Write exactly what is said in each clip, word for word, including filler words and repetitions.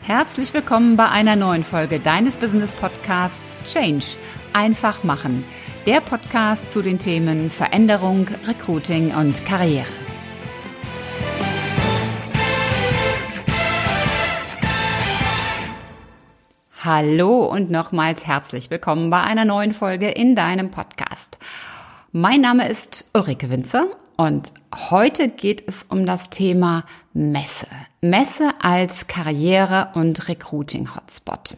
Herzlich willkommen bei einer neuen Folge deines Business-Podcasts Change. Einfach machen. Der Podcast zu den Themen Veränderung, Recruiting und Karriere. Hallo und nochmals herzlich willkommen bei einer neuen Folge in deinem Podcast. Mein Name ist Ulrike Winzer und heute geht es um das Thema Messe. Messe als Karriere- und Recruiting-Hotspot.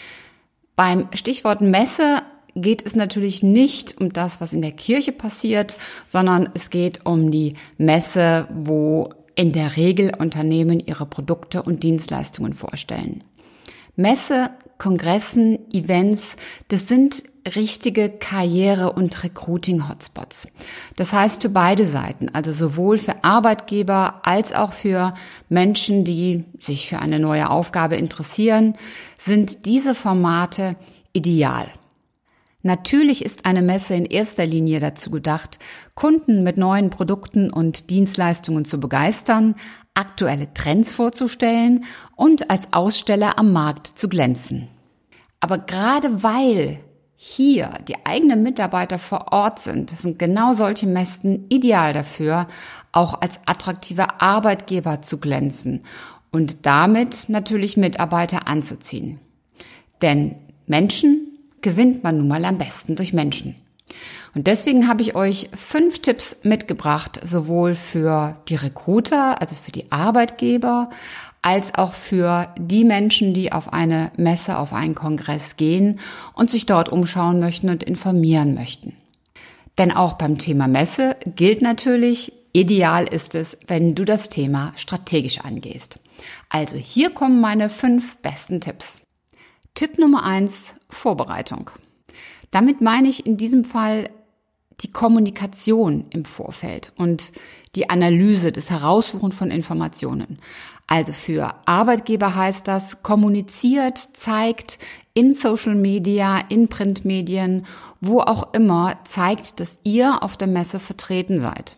Beim Stichwort Messe geht es natürlich nicht um das, was in der Kirche passiert, sondern es geht um die Messe, wo in der Regel Unternehmen ihre Produkte und Dienstleistungen vorstellen. Messe, Kongressen, Events, das sind richtige Karriere- und Recruiting-Hotspots. Das heißt für beide Seiten, also sowohl für Arbeitgeber als auch für Menschen, die sich für eine neue Aufgabe interessieren, sind diese Formate ideal. Natürlich ist eine Messe in erster Linie dazu gedacht, Kunden mit neuen Produkten und Dienstleistungen zu begeistern, aktuelle Trends vorzustellen und als Aussteller am Markt zu glänzen. Aber gerade weil hier die eigenen Mitarbeiter vor Ort sind, sind genau solche Messen ideal dafür, auch als attraktiver Arbeitgeber zu glänzen und damit natürlich Mitarbeiter anzuziehen. Denn Menschen gewinnt man nun mal am besten durch Menschen. Und deswegen habe ich euch fünf Tipps mitgebracht, sowohl für die Recruiter, also für die Arbeitgeber, als auch für die Menschen, die auf eine Messe, auf einen Kongress gehen und sich dort umschauen möchten und informieren möchten. Denn auch beim Thema Messe gilt natürlich, ideal ist es, wenn du das Thema strategisch angehst. Also hier kommen meine fünf besten Tipps. Tipp Nummer eins, Vorbereitung. Damit meine ich in diesem Fall die Kommunikation im Vorfeld und die Analyse, das Heraussuchen von Informationen. Also für Arbeitgeber heißt das, kommuniziert, zeigt in Social Media, in Printmedien, wo auch immer, zeigt, dass ihr auf der Messe vertreten seid.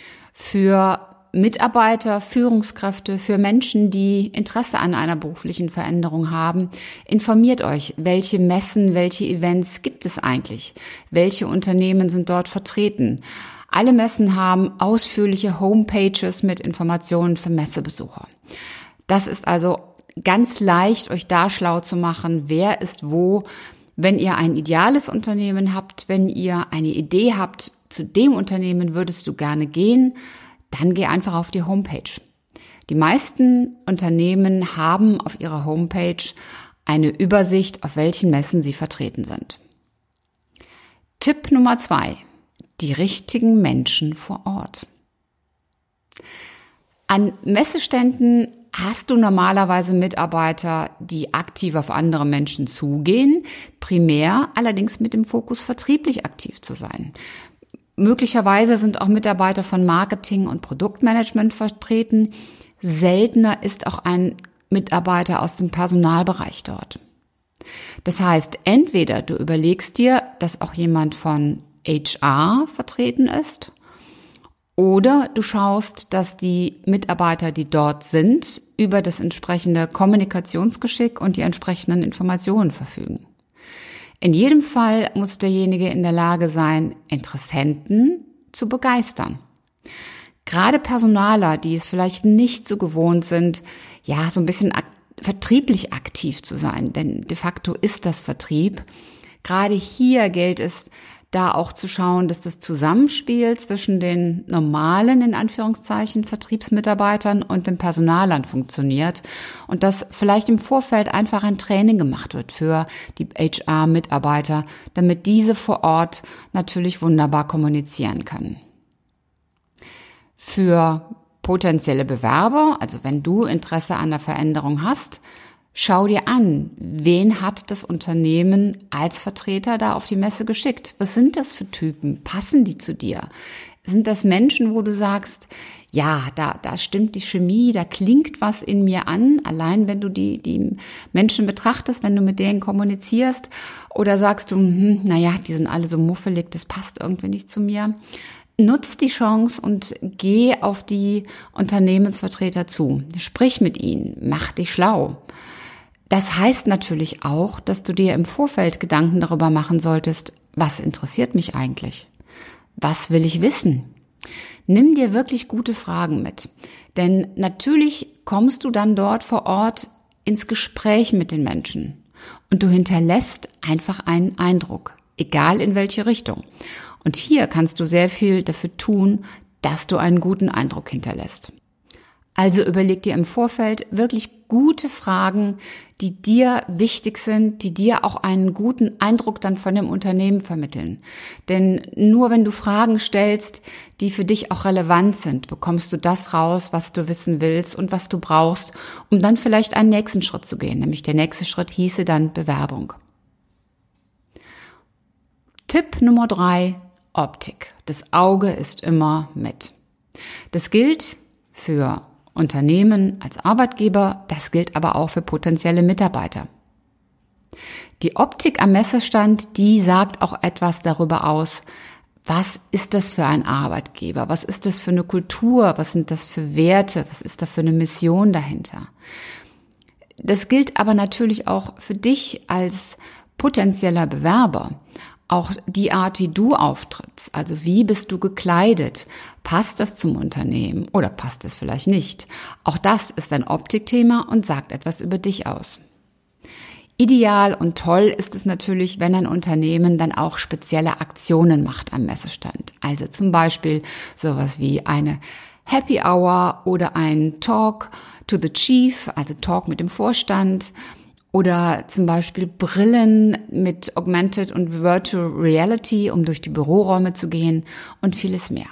Für Mitarbeiter, Führungskräfte, für Menschen, die Interesse an einer beruflichen Veränderung haben, informiert euch, welche Messen, welche Events gibt es eigentlich? Welche Unternehmen sind dort vertreten? Alle Messen haben ausführliche Homepages mit Informationen für Messebesucher. Das ist also ganz leicht, euch da schlau zu machen, wer ist wo. Wenn ihr ein ideales Unternehmen habt, wenn ihr eine Idee habt, zu dem Unternehmen würdest du gerne gehen, dann geh einfach auf die Homepage. Die meisten Unternehmen haben auf ihrer Homepage eine Übersicht, auf welchen Messen sie vertreten sind. Tipp Nummer zwei. Die richtigen Menschen vor Ort. An Messeständen hast du normalerweise Mitarbeiter, die aktiv auf andere Menschen zugehen, primär allerdings mit dem Fokus, vertrieblich aktiv zu sein. Möglicherweise sind auch Mitarbeiter von Marketing und Produktmanagement vertreten. Seltener ist auch ein Mitarbeiter aus dem Personalbereich dort. Das heißt, entweder du überlegst dir, dass auch jemand von H R vertreten ist, oder du schaust, dass die Mitarbeiter, die dort sind, über das entsprechende Kommunikationsgeschick und die entsprechenden Informationen verfügen. In jedem Fall muss derjenige in der Lage sein, Interessenten zu begeistern. Gerade Personaler, die es vielleicht nicht so gewohnt sind, ja, so ein bisschen ak- vertrieblich aktiv zu sein, denn de facto ist das Vertrieb. Gerade hier gilt es, da auch zu schauen, dass das Zusammenspiel zwischen den normalen, in Anführungszeichen, Vertriebsmitarbeitern und den Personalern funktioniert und dass vielleicht im Vorfeld einfach ein Training gemacht wird für die H R-Mitarbeiter, damit diese vor Ort natürlich wunderbar kommunizieren können. Für potenzielle Bewerber, also wenn du Interesse an der Veränderung hast, schau dir an, wen hat das Unternehmen als Vertreter da auf die Messe geschickt? Was sind das für Typen? Passen die zu dir? Sind das Menschen, wo du sagst, ja, da, da stimmt die Chemie, da klingt was in mir an, allein wenn du die, die Menschen betrachtest, wenn du mit denen kommunizierst? Oder sagst du, hm, naja, die sind alle so muffelig, das passt irgendwie nicht zu mir? Nutz die Chance und geh auf die Unternehmensvertreter zu. Sprich mit ihnen, mach dich schlau. Das heißt natürlich auch, dass du dir im Vorfeld Gedanken darüber machen solltest, was interessiert mich eigentlich? Was will ich wissen? Nimm dir wirklich gute Fragen mit, denn natürlich kommst du dann dort vor Ort ins Gespräch mit den Menschen und du hinterlässt einfach einen Eindruck, egal in welche Richtung. Und hier kannst du sehr viel dafür tun, dass du einen guten Eindruck hinterlässt. Also überleg dir im Vorfeld wirklich gute Fragen, die dir wichtig sind, die dir auch einen guten Eindruck dann von dem Unternehmen vermitteln. Denn nur wenn du Fragen stellst, die für dich auch relevant sind, bekommst du das raus, was du wissen willst und was du brauchst, um dann vielleicht einen nächsten Schritt zu gehen. Nämlich der nächste Schritt hieße dann Bewerbung. Tipp Nummer drei, Optik. Das Auge ist immer mit. Das gilt für Unternehmen als Arbeitgeber, das gilt aber auch für potenzielle Mitarbeiter. Die Optik am Messestand, die sagt auch etwas darüber aus, was ist das für ein Arbeitgeber, was ist das für eine Kultur, was sind das für Werte, was ist da für eine Mission dahinter. Das gilt aber natürlich auch für dich als potenzieller Bewerber. Auch die Art, wie du auftrittst, also wie bist du gekleidet, passt das zum Unternehmen oder passt es vielleicht nicht? Auch das ist ein Optikthema und sagt etwas über dich aus. Ideal und toll ist es natürlich, wenn ein Unternehmen dann auch spezielle Aktionen macht am Messestand. Also zum Beispiel sowas wie eine Happy Hour oder ein Talk to the Chief, also Talk mit dem Vorstand. Oder zum Beispiel Brillen mit Augmented und Virtual Reality, um durch die Büroräume zu gehen und vieles mehr.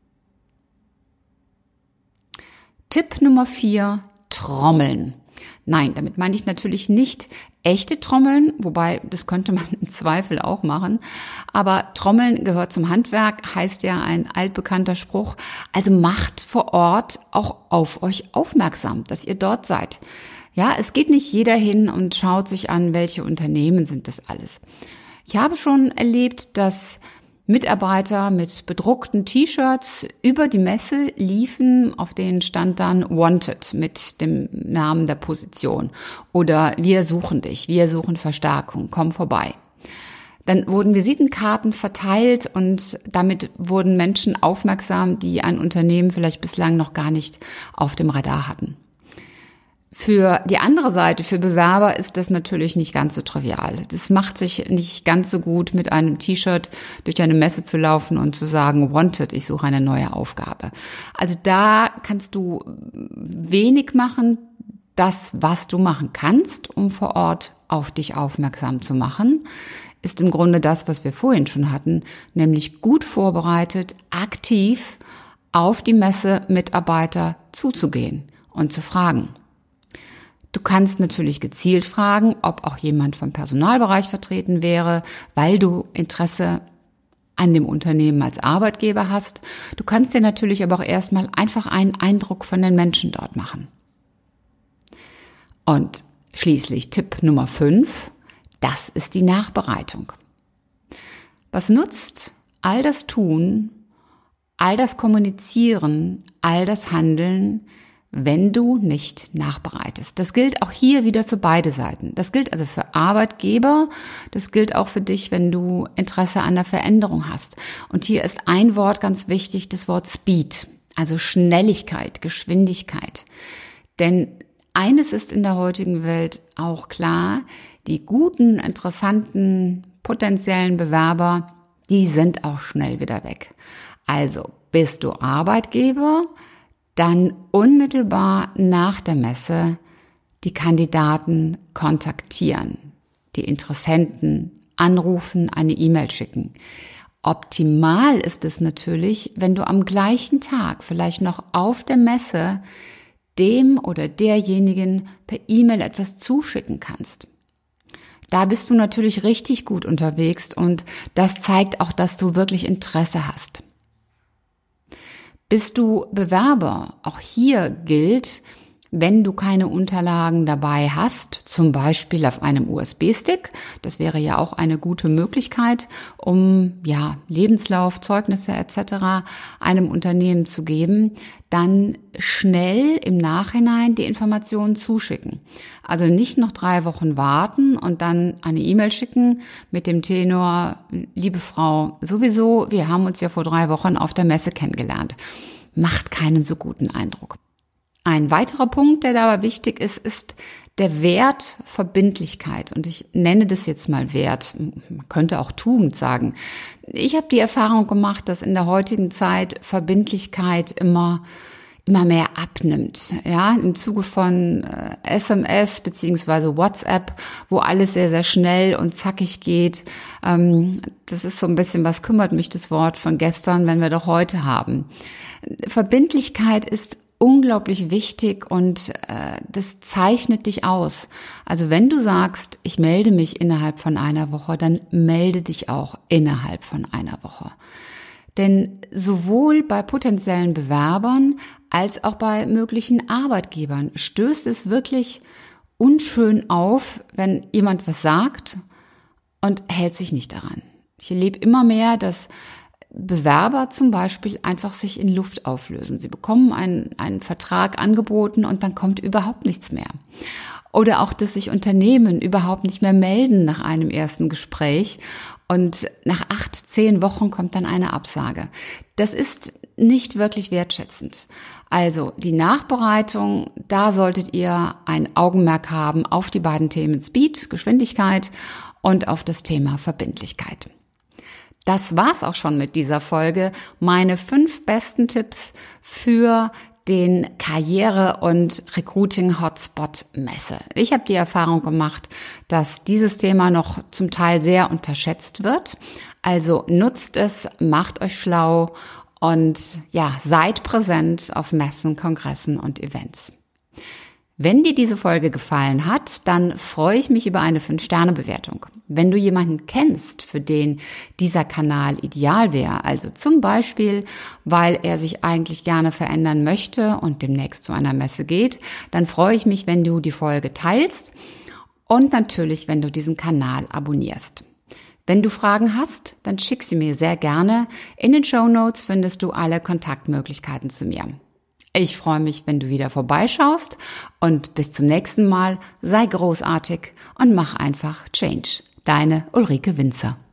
Tipp Nummer vier, Trommeln. Nein, damit meine ich natürlich nicht echte Trommeln, wobei das könnte man im Zweifel auch machen. Aber Trommeln gehört zum Handwerk, heißt ja ein altbekannter Spruch. Also macht vor Ort auch auf euch aufmerksam, dass ihr dort seid. Ja, es geht nicht jeder hin und schaut sich an, welche Unternehmen sind das alles. Ich habe schon erlebt, dass Mitarbeiter mit bedruckten T-Shirts über die Messe liefen, auf denen stand dann Wanted mit dem Namen der Position oder wir suchen dich, wir suchen Verstärkung, komm vorbei. Dann wurden Visitenkarten verteilt und damit wurden Menschen aufmerksam, die ein Unternehmen vielleicht bislang noch gar nicht auf dem Radar hatten. Für die andere Seite, für Bewerber, ist das natürlich nicht ganz so trivial. Das macht sich nicht ganz so gut, mit einem T-Shirt durch eine Messe zu laufen und zu sagen, wanted, ich suche eine neue Aufgabe. Also da kannst du wenig machen. Das, was du machen kannst, um vor Ort auf dich aufmerksam zu machen, ist im Grunde das, was wir vorhin schon hatten, nämlich gut vorbereitet, aktiv auf die Messe-Mitarbeiter zuzugehen und zu fragen. Du kannst natürlich gezielt fragen, ob auch jemand vom Personalbereich vertreten wäre, weil du Interesse an dem Unternehmen als Arbeitgeber hast. Du kannst dir natürlich aber auch erstmal einfach einen Eindruck von den Menschen dort machen. Und schließlich Tipp Nummer fünf, das ist die Nachbereitung. Was nutzt all das Tun, all das Kommunizieren, all das Handeln, wenn du nicht nachbereitest? Das gilt auch hier wieder für beide Seiten. Das gilt also für Arbeitgeber, das gilt auch für dich, wenn du Interesse an der Veränderung hast. Und hier ist ein Wort ganz wichtig, das Wort Speed, also Schnelligkeit, Geschwindigkeit. Denn eines ist in der heutigen Welt auch klar, die guten, interessanten, potenziellen Bewerber, die sind auch schnell wieder weg. Also bist du Arbeitgeber, dann unmittelbar nach der Messe die Kandidaten kontaktieren, die Interessenten anrufen, eine E-Mail schicken. Optimal ist es natürlich, wenn du am gleichen Tag, vielleicht noch auf der Messe, dem oder derjenigen per E-Mail etwas zuschicken kannst. Da bist du natürlich richtig gut unterwegs und das zeigt auch, dass du wirklich Interesse hast. Bist du Bewerber? Auch hier gilt, Wenn du keine Unterlagen dabei hast, zum Beispiel auf einem U S B-Stick, das wäre ja auch eine gute Möglichkeit, um ja Lebenslauf, Zeugnisse et cetera einem Unternehmen zu geben, dann schnell im Nachhinein die Informationen zuschicken. Also nicht noch drei Wochen warten und dann eine E-Mail schicken mit dem Tenor: Liebe Frau, sowieso, wir haben uns ja vor drei Wochen auf der Messe kennengelernt. Macht keinen so guten Eindruck. Ein weiterer Punkt, der dabei wichtig ist, ist der Wert Verbindlichkeit. Und ich nenne das jetzt mal Wert. Man könnte auch Tugend sagen. Ich habe die Erfahrung gemacht, dass in der heutigen Zeit Verbindlichkeit immer immer mehr abnimmt. Ja, im Zuge von äh, S M S beziehungsweise WhatsApp, wo alles sehr, sehr schnell und zackig geht. Ähm, das ist so ein bisschen, was kümmert mich das Wort von gestern, wenn wir doch heute haben. Verbindlichkeit ist unglaublich wichtig und äh, das zeichnet dich aus. Also wenn du sagst, ich melde mich innerhalb von einer Woche, dann melde dich auch innerhalb von einer Woche. Denn sowohl bei potenziellen Bewerbern als auch bei möglichen Arbeitgebern stößt es wirklich unschön auf, wenn jemand was sagt und hält sich nicht daran. Ich erlebe immer mehr, dass Bewerber zum Beispiel einfach sich in Luft auflösen. Sie bekommen einen, einen Vertrag angeboten und dann kommt überhaupt nichts mehr. Oder auch, dass sich Unternehmen überhaupt nicht mehr melden nach einem ersten Gespräch und nach acht, zehn Wochen kommt dann eine Absage. Das ist nicht wirklich wertschätzend. Also die Nachbereitung, da solltet ihr ein Augenmerk haben auf die beiden Themen Speed, Geschwindigkeit und auf das Thema Verbindlichkeit. Das war's auch schon mit dieser Folge. Meine fünf besten Tipps für den Karriere- und Recruiting-Hotspot-Messe. Ich habe die Erfahrung gemacht, dass dieses Thema noch zum Teil sehr unterschätzt wird. Also nutzt es, macht euch schlau und ja, seid präsent auf Messen, Kongressen und Events. Wenn dir diese Folge gefallen hat, dann freue ich mich über eine fünf Sterne Bewertung. Wenn du jemanden kennst, für den dieser Kanal ideal wäre, also zum Beispiel, weil er sich eigentlich gerne verändern möchte und demnächst zu einer Messe geht, dann freue ich mich, wenn du die Folge teilst und natürlich, wenn du diesen Kanal abonnierst. Wenn du Fragen hast, dann schick sie mir sehr gerne. In den Shownotes findest du alle Kontaktmöglichkeiten zu mir. Ich freue mich, wenn du wieder vorbeischaust und bis zum nächsten Mal sei großartig und mach einfach Change. Deine Ulrike Winzer.